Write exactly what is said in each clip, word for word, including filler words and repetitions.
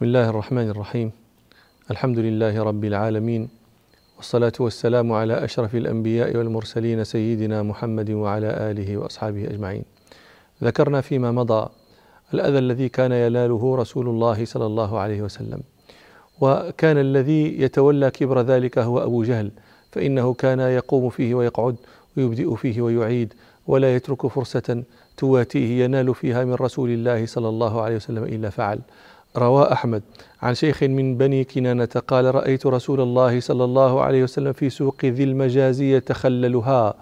بسم الله الرحمن الرحيم. الحمد لله رب العالمين، والصلاة والسلام على أشرف الأنبياء والمرسلين سيدنا محمد وعلى آله وأصحابه أجمعين. ذكرنا فيما مضى الأذى الذي كان يناله رسول الله صلى الله عليه وسلم، وكان الذي يتولى كبر ذلك هو أبو جهل، فإنه كان يقوم فيه ويقعد ويبدئ فيه ويعيد، ولا يترك فرصة تواتيه ينال فيها من رسول الله صلى الله عليه وسلم إلا فعل. روى أحمد عن شيخ من بني كنانة قال: رأيت رسول الله صلى الله عليه وسلم في سوق ذي المجاز يتخللها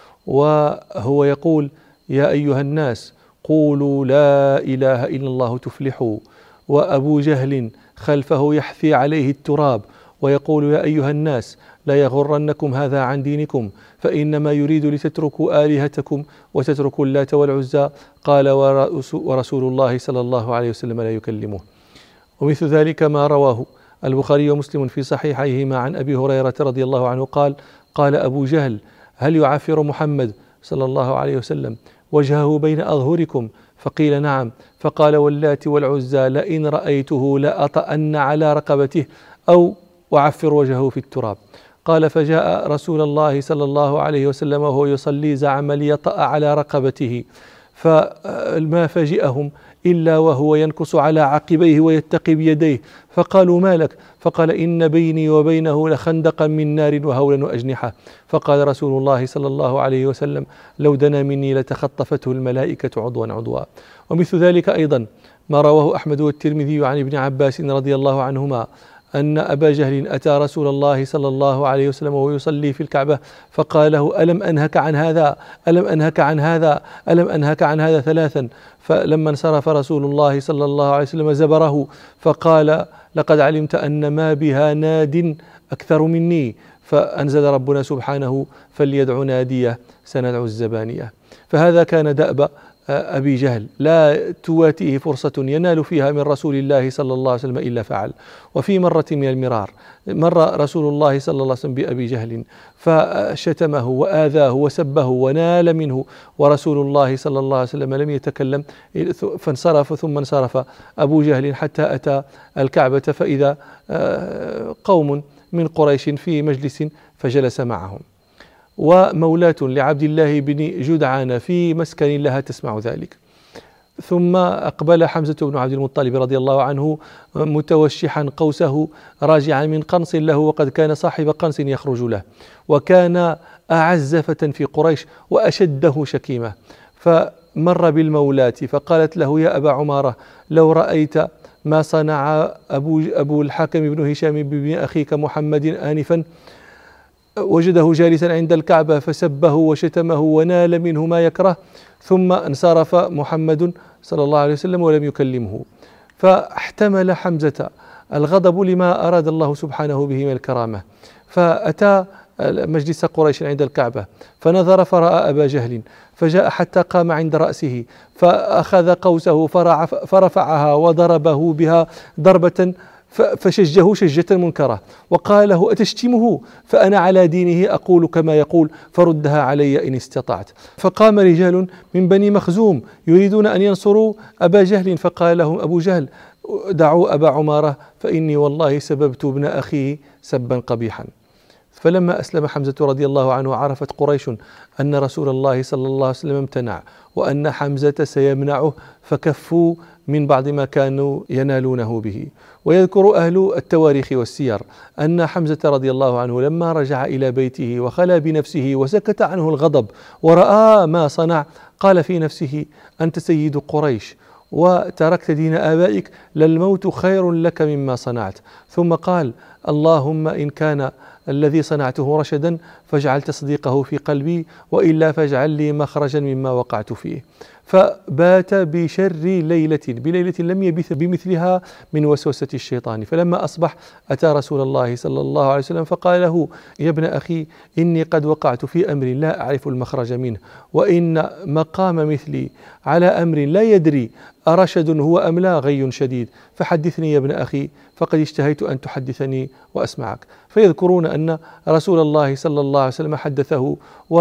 وهو يقول: يا أيها الناس قولوا لا إله إلا الله تفلحوا. وأبو جهل خلفه يحثي عليه التراب ويقول: يا أيها الناس لا يغرنكم هذا عن دينكم، فإنما يريد لتتركوا آلهتكم وتتركوا اللات والعزى. قال: ورسول الله صلى الله عليه وسلم لا يكلمه. ومثل ذلك ما رواه البخاري ومسلم في صحيحيهما عن أبي هريرة رضي الله عنه قال: قال أبو جهل: هل يعفر محمد صلى الله عليه وسلم وجهه بين أظهركم؟ فقيل: نعم. فقال: واللات والعزى لئن رأيته لأطأن على رقبته أو أعفر وجهه في التراب. قال: فجاء رسول الله صلى الله عليه وسلم وهو يصلي زعم ليطأ على رقبته، فما فجئهم إلا وهو ينكص على عقبيه ويتقي بيديه، فقالوا: ما لك؟ فقال: إن بيني وبينه لخندقا من نار وهولا وأجنحة. فقال رسول الله صلى الله عليه وسلم: لو دنا مني لتخطفته الملائكة عضوا عضوا. ومثل ذلك أيضا ما رواه أحمد والترمذي عن ابن عباس رضي الله عنهما أن أبا جهل أتى رسول الله صلى الله عليه وسلم وهو يصلي في الكعبة فقال له: ألم أنهك عن هذا؟ ألم أنهك عن هذا؟ ألم أنهك عن هذا ثلاثا؟ فلما انصرف رسول الله صلى الله عليه وسلم زبره فقال: لقد علمت أن ما بها ناد أكثر مني. فأنزل ربنا سبحانه: فليدع ناديه سندع الزبانية. فهذا كان دأب أبي جهل، لا تواتيه فرصة ينال فيها من رسول الله صلى الله عليه وسلم إلا فعل. وفي مرة من المرار مر رسول الله صلى الله عليه وسلم بأبي جهل فشتمه وآذاه وسبه ونال منه، ورسول الله صلى الله عليه وسلم لم يتكلم، فانصرف ثم انصرف أبو جهل حتى أتى الكعبة فإذا قوم من قريش في مجلس فجلس معهم، ومولاة لعبد الله بن جدعان في مسكن لها تسمع ذلك. ثم أقبل حمزة بن عبد المطلب رضي الله عنه متوشحا قوسه راجعا من قنص له، وقد كان صاحب قنص يخرج له، وكان أعز فتى في قريش وأشده شكيمة. فمر بالمولاة فقالت له: يا أبا عمارة، لو رأيت ما صنع أبو, أبو الحكم بن هشام بن أخيك محمد آنفا، وجده جالسا عند الكعبة فسبه وشتمه ونال منه ما يكره، ثم انصرف محمد صلى الله عليه وسلم ولم يكلمه. فاحتمل حمزة الغضب لما أراد الله سبحانه به من الكرامة، فأتى مجلس قريش عند الكعبة فنظر فرأى أبا جهل، فجاء حتى قام عند رأسه فأخذ قوسه فرفعها وضربه بها ضربة فشجه شجة منكرة، وقال له: أتشتمه؟ فأنا على دينه أقول كما يقول، فردها علي إن استطعت. فقام رجال من بني مخزوم يريدون أن ينصروا أبا جهل، فقال لهم أبو جهل: دعوا أبا عمارة فإني والله سببت ابن أخيه سبا قبيحا. فلما أسلم حمزة رضي الله عنه عرفت قريش أن رسول الله صلى الله عليه وسلم امتنع وأن حمزة سيمنعه، فكفوا من بعض ما كانوا ينالونه به. ويذكر أهل التواريخ والسير أن حمزة رضي الله عنه لما رجع إلى بيته وخلى بنفسه وسكت عنه الغضب ورأى ما صنع، قال في نفسه: أنت سيد قريش وتركت دين آبائك، للموت خير لك مما صنعت. ثم قال: اللهم إن كان الذي صنعته رشدا فاجعل تصديقه في قلبي، وإلا فاجعل لي مخرجا مما وقعت فيه. فبات بشر ليلة بليلة لم يبث بمثلها من وسوسة الشيطان. فلما أصبح أتى رسول الله صلى الله عليه وسلم فقال له: يا ابن أخي، إني قد وقعت في أمر لا أعرف المخرج منه، وإن مقام مثلي على أمر لا يدري أرشد هو أم لا غي شديد، فحدثني يا ابن أخي فقد اشتهيت أن تحدثني وأسمعك. فيذكرون أن رسول الله صلى الله عليه وسلم حدثه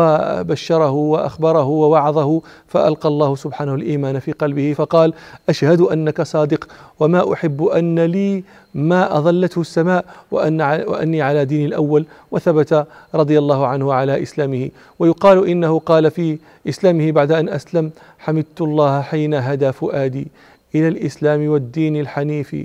وبشره وأخبره ووعظه، فألقى الله سبحانه الإيمان في قلبه فقال: أشهد أنك صادق، وما أحب أن لي ما أظلته السماء، وأن وأني على دين الأول. وثبت رضي الله عنه على إسلامه. ويقال إنه قال في إسلامه بعد أن أسلم: حمدت الله حين هدى فؤادي إلى الإسلام والدين الحنيف،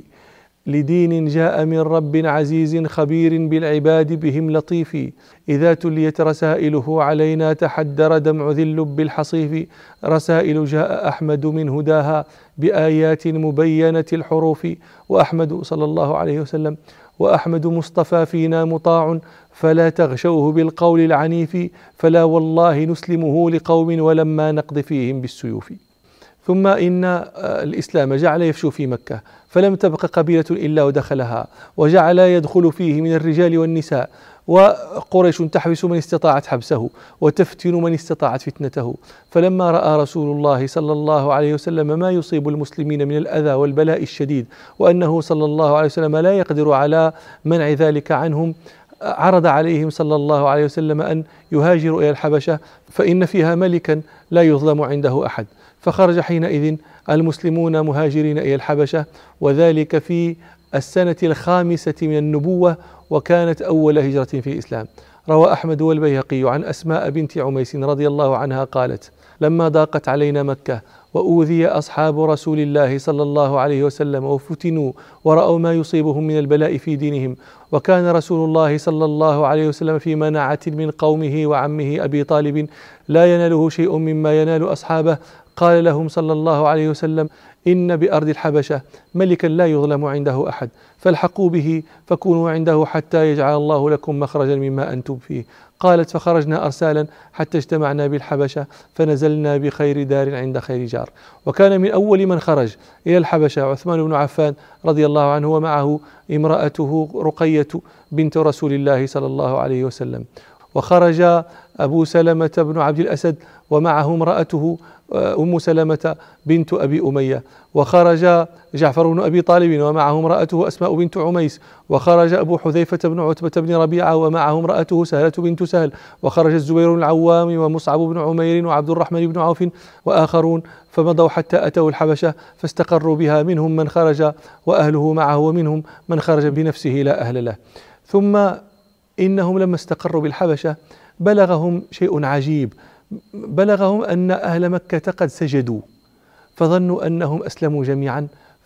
لدين جاء من رب عزيز خبير بالعباد بهم لطيف، إذا تليت رسائله علينا تحدر دمع ذي اللب الحصيف، رسائل جاء أحمد من هداها بآيات مبينة الحروف، وأحمد صلى الله عليه وسلم وأحمد مصطفى فينا مطاع، فلا تغشوه بالقول العنيف، فلا والله نسلمه لقوم ولما نقض فيهم بالسيوف. ثم إن الإسلام جعل يفشو في مكة، فلم تبق قبيلة إلا ودخلها، وجعل يدخل فيه من الرجال والنساء، وقريش تحبس من استطاعت حبسه وتفتن من استطاعت فتنته. فلما رأى رسول الله صلى الله عليه وسلم ما يصيب المسلمين من الأذى والبلاء الشديد، وأنه صلى الله عليه وسلم لا يقدر على منع ذلك عنهم، عرض عليهم صلى الله عليه وسلم أن يهاجروا إلى الحبشة، فإن فيها ملكا لا يظلم عنده أحد. فخرج حينئذ المسلمون مهاجرين إلى الحبشة، وذلك في السنة الخامسة من النبوة، وكانت أول هجرة في الإسلام. روى أحمد والبيهقي عن أسماء بنت عميس رضي الله عنها قالت: لما ضاقت علينا مكة وأوذي أصحاب رسول الله صلى الله عليه وسلم وفتنوا ورأوا ما يصيبهم من البلاء في دينهم، وكان رسول الله صلى الله عليه وسلم في منعة من قومه وعمه أبي طالب لا يناله شيء مما ينال أصحابه، قال لهم صلى الله عليه وسلم: إن بأرض الحبشة ملكا لا يظلم عنده أحد، فالحقوا به فكونوا عنده حتى يجعل الله لكم مخرجا مما أنتم فيه. قالت: فخرجنا أرسالا حتى اجتمعنا بالحبشة، فنزلنا بخير دار عند خير جار. وكان من أول من خرج إلى الحبشة عثمان بن عفان رضي الله عنه، ومعه امرأته رقية بنت رسول الله صلى الله عليه وسلم. وخرج أبو سلمة بن عبد الأسد ومعه امرأته أم سلمة بنت أبي أمية. وخرج جعفر بن أبي طالب ومعه امرأته أسماء بنت عميس. وخرج أبو حذيفة بن عتبة بن ربيعة ومعه امرأته سهلة بنت سهل. وخرج الزبير بن العوام ومصعب بن عمير وعبد الرحمن بن عوف وآخرون، فمضوا حتى أتوا الحبشة فاستقروا بها، منهم من خرج وأهله معه، ومنهم من خرج بنفسه لا أهل له. ثم إنهم لما استقروا بالحبشة بلغهم شيء عجيب، بلغهم أن أهل مكة قد سجدوا، فظنوا أنهم أسلموا جميعا،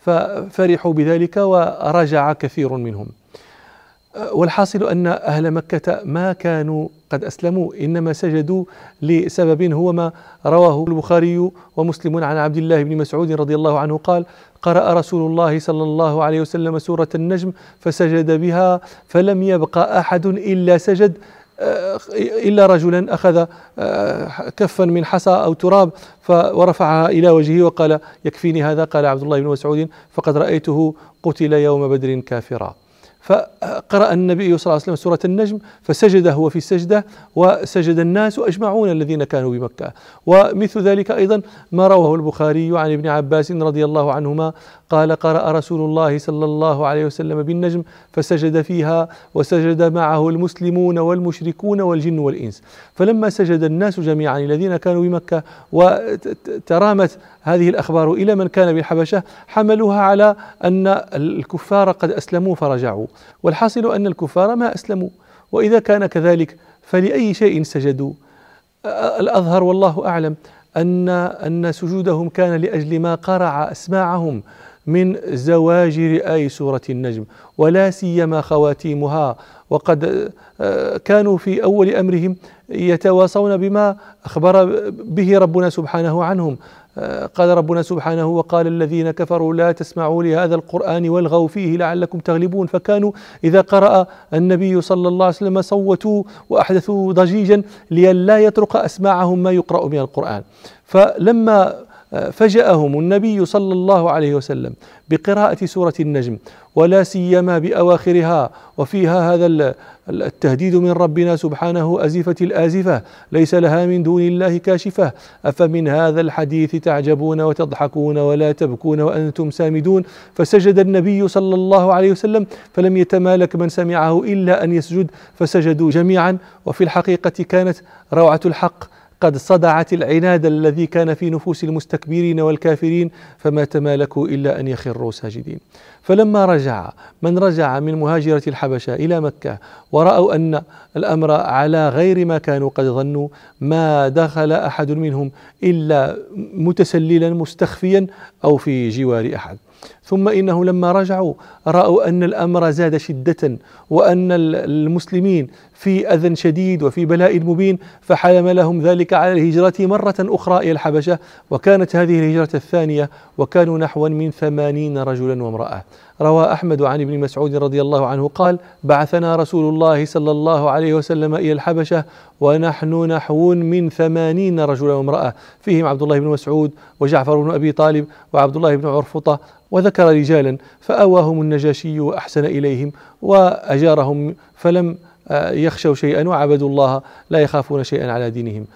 ففرحوا بذلك ورجع كثير منهم. والحاصل أن أهل مكة ما كانوا قد أسلموا، إنما سجدوا لسبب هو ما رواه البخاري ومسلم عن عبد الله بن مسعود رضي الله عنه قال: قرأ رسول الله صلى الله عليه وسلم سورة النجم فسجد بها، فلم يبقى أحد إلا سجد، إلا رجلا أخذ كفا من حصى أو تراب ورفعها إلى وجهه وقال: يكفيني هذا. قال عبد الله بن مسعود: فقد رأيته قتل يوم بدر كافرا. فقرأ النبي صلى الله عليه وسلم سورة النجم فسجد هو في السجدة، وسجد الناس أجمعون الذين كانوا بمكة. ومثل ذلك أيضا ما رواه البخاري عن ابن عباس رضي الله عنهما قال: قرأ رسول الله صلى الله عليه وسلم بالنجم فسجد فيها، وسجد معه المسلمون والمشركون والجن والإنس. فلما سجد الناس جميعا الذين كانوا بمكة وترامت هذه الأخبار إلى من كان بالحبشة، حملوها على أن الكفار قد أسلموا فرجعوا. والحاصل أن الكفار ما أسلموا، وإذا كان كذلك فلأي شيء سجدوا؟ الأظهر والله أعلم أن أن سجودهم كان لأجل ما قرع أسماعهم من زواجر آي سورة النجم، ولا سيما خواتيمها. وقد كانوا في أول أمرهم يتواصون بما أخبر به ربنا سبحانه عنهم. قال ربنا سبحانه: وقال الذين كفروا لا تسمعوا لهذا القرآن والغوا فيه لعلكم تغلبون. فكانوا إذا قرأ النبي صلى الله عليه وسلم صوتوا وأحدثوا ضجيجا لئلا يطرق أسماعهم ما يقرأ من القرآن. فلما فجأهم النبي صلى الله عليه وسلم بقراءة سورة النجم، ولا سيما بأواخرها وفيها هذا التهديد من ربنا سبحانه: أزفت الآزفة ليس لها من دون الله كاشفة، أفمن هذا الحديث تعجبون وتضحكون ولا تبكون وأنتم سامدون. فسجد النبي صلى الله عليه وسلم، فلم يتمالك من سمعه إلا أن يسجد، فسجدوا جميعا. وفي الحقيقة كانت روعة الحق قد صدعت العناد الذي كان في نفوس المستكبرين والكافرين، فما تمالكوا إلا أن يخروا ساجدين. فلما رجع من رجع من مهاجرة الحبشة إلى مكة ورأوا أن الأمر على غير ما كانوا قد ظنوا، ما دخل أحد منهم إلا متسللا مستخفيا أو في جوار أحد. ثم إنه لما رجعوا رأوا أن الأمر زاد شدة، وأن المسلمين في أذى شديد وفي بلاء مبين، فحلم لهم ذلك على الهجرة مرة أخرى إلى الحبشة، وكانت هذه الهجرة الثانية، وكانوا نحو من ثمانين رجلا وامرأة. روى أحمد عن ابن مسعود رضي الله عنه قال: بعثنا رسول الله صلى الله عليه وسلم إلى الحبشة ونحن نحو من ثمانين رجلا وامرأة، فيهم عبد الله بن مسعود وجعفر بن أبي طالب وعبد الله بن عرفطة، وذكر رجالا فآواهم النجاشي وأحسن إليهم وأجارهم، فلم يخشوا شيئا وعبدوا الله لا يخافون شيئا على دينهم.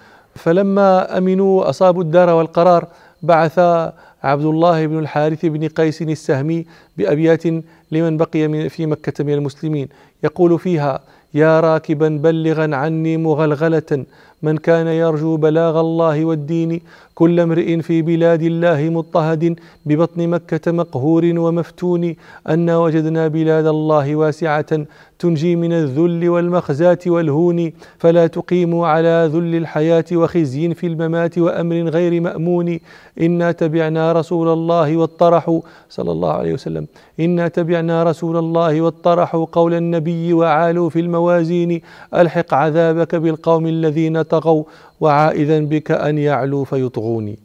فلما أمنوا أصابوا الدار والقرار، بعث عبد الله بن الحارث بن قيس السهمي بأبيات لمن بقي في مكة من المسلمين، يقول فيها: يا راكبا بلغا عني مغلغلة، من كان يرجو بلاغ الله والدين، كل امرئ في بلاد الله مضطهد، ببطن مكة مقهور ومفتون، أنا وجدنا بلاد الله واسعة، تنجي من الذل والمخزاة والهون، فلا تقيموا على ذل الحياة وخزي في الممات وأمر غير مأمون، إنا تبعنا رسول الله والطرح صلى الله عليه وسلم، إنا تبعنا رسول الله والطرح قول النبي وعالوا في الموازين، ألحق عذابك بالقوم الذين طغوا وعائذا بك أن يعلوا فيطغوني.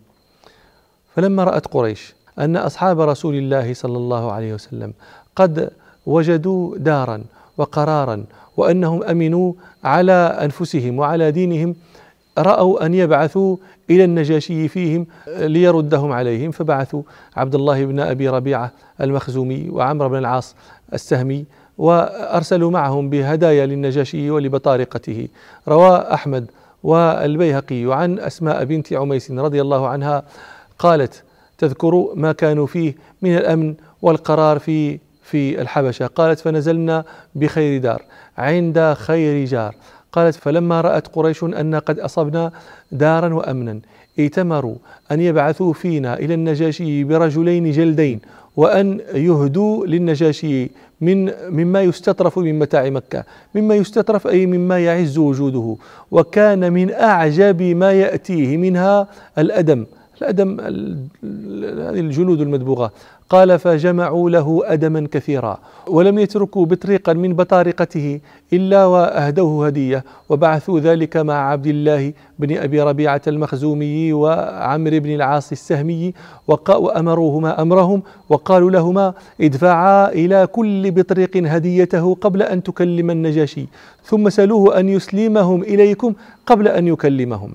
فلما رأت قريش أن أصحاب رسول الله صلى الله عليه وسلم قد وجدوا دارا وقرارا وأنهم أمنوا على أنفسهم وعلى دينهم، رأوا أن يبعثوا إلى النجاشي فيهم ليردهم عليهم، فبعثوا عبد الله بن أبي ربيعة المخزومي وعمرو بن العاص السهمي، وأرسلوا معهم بهدايا للنجاشي ولبطارقته. روى أحمد والبيهقي عن أسماء بنت عميس رضي الله عنها قالت تذكر ما كانوا فيه من الأمن والقرار في في الحبشة، قالت: فنزلنا بخير دار عند خير جار، قالت: فلما رأت قريش أن قد أصبنا دارا وأمنا، ائتمروا أن يبعثوا فينا إلى النجاشي برجلين جلدين، وأن يهدوا للنجاشي من مما يستطرف من متاع مكة، مما يستطرف أي مما يعز وجوده، وكان من أعجب ما يأتيه منها الأدم، الأدم هذه الجلود المدبوغة. قال: فجمعوا له أدما كثيرا، ولم يتركوا بطريقا من بطارقته إلا وأهدوه هدية، وبعثوا ذلك مع عبد الله بن أبي ربيعة المخزومي وعمرو بن العاص السهمي، وأمروهما أمرهم وقالوا لهما: ادفعا إلى كل بطريق هديته قبل أن تكلم النجاشي، ثم سألوه أن يسلمهم إليكم قبل أن يكلمهم.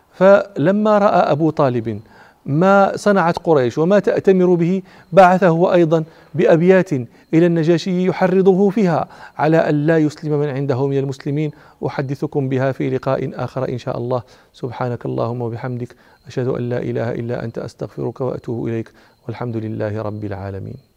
فلما رأى أبو طالب ما صنعت قريش وما تأتمر به، بعثه هو أيضا بأبيات إلى النجاشي يحرضه فيها على أن لا يسلم من عنده من المسلمين. أحدثكم بها في لقاء آخر إن شاء الله. سبحانك اللهم وبحمدك، أشهد أن لا إله إلا أنت، أستغفرك وأتوب إليك، والحمد لله رب العالمين.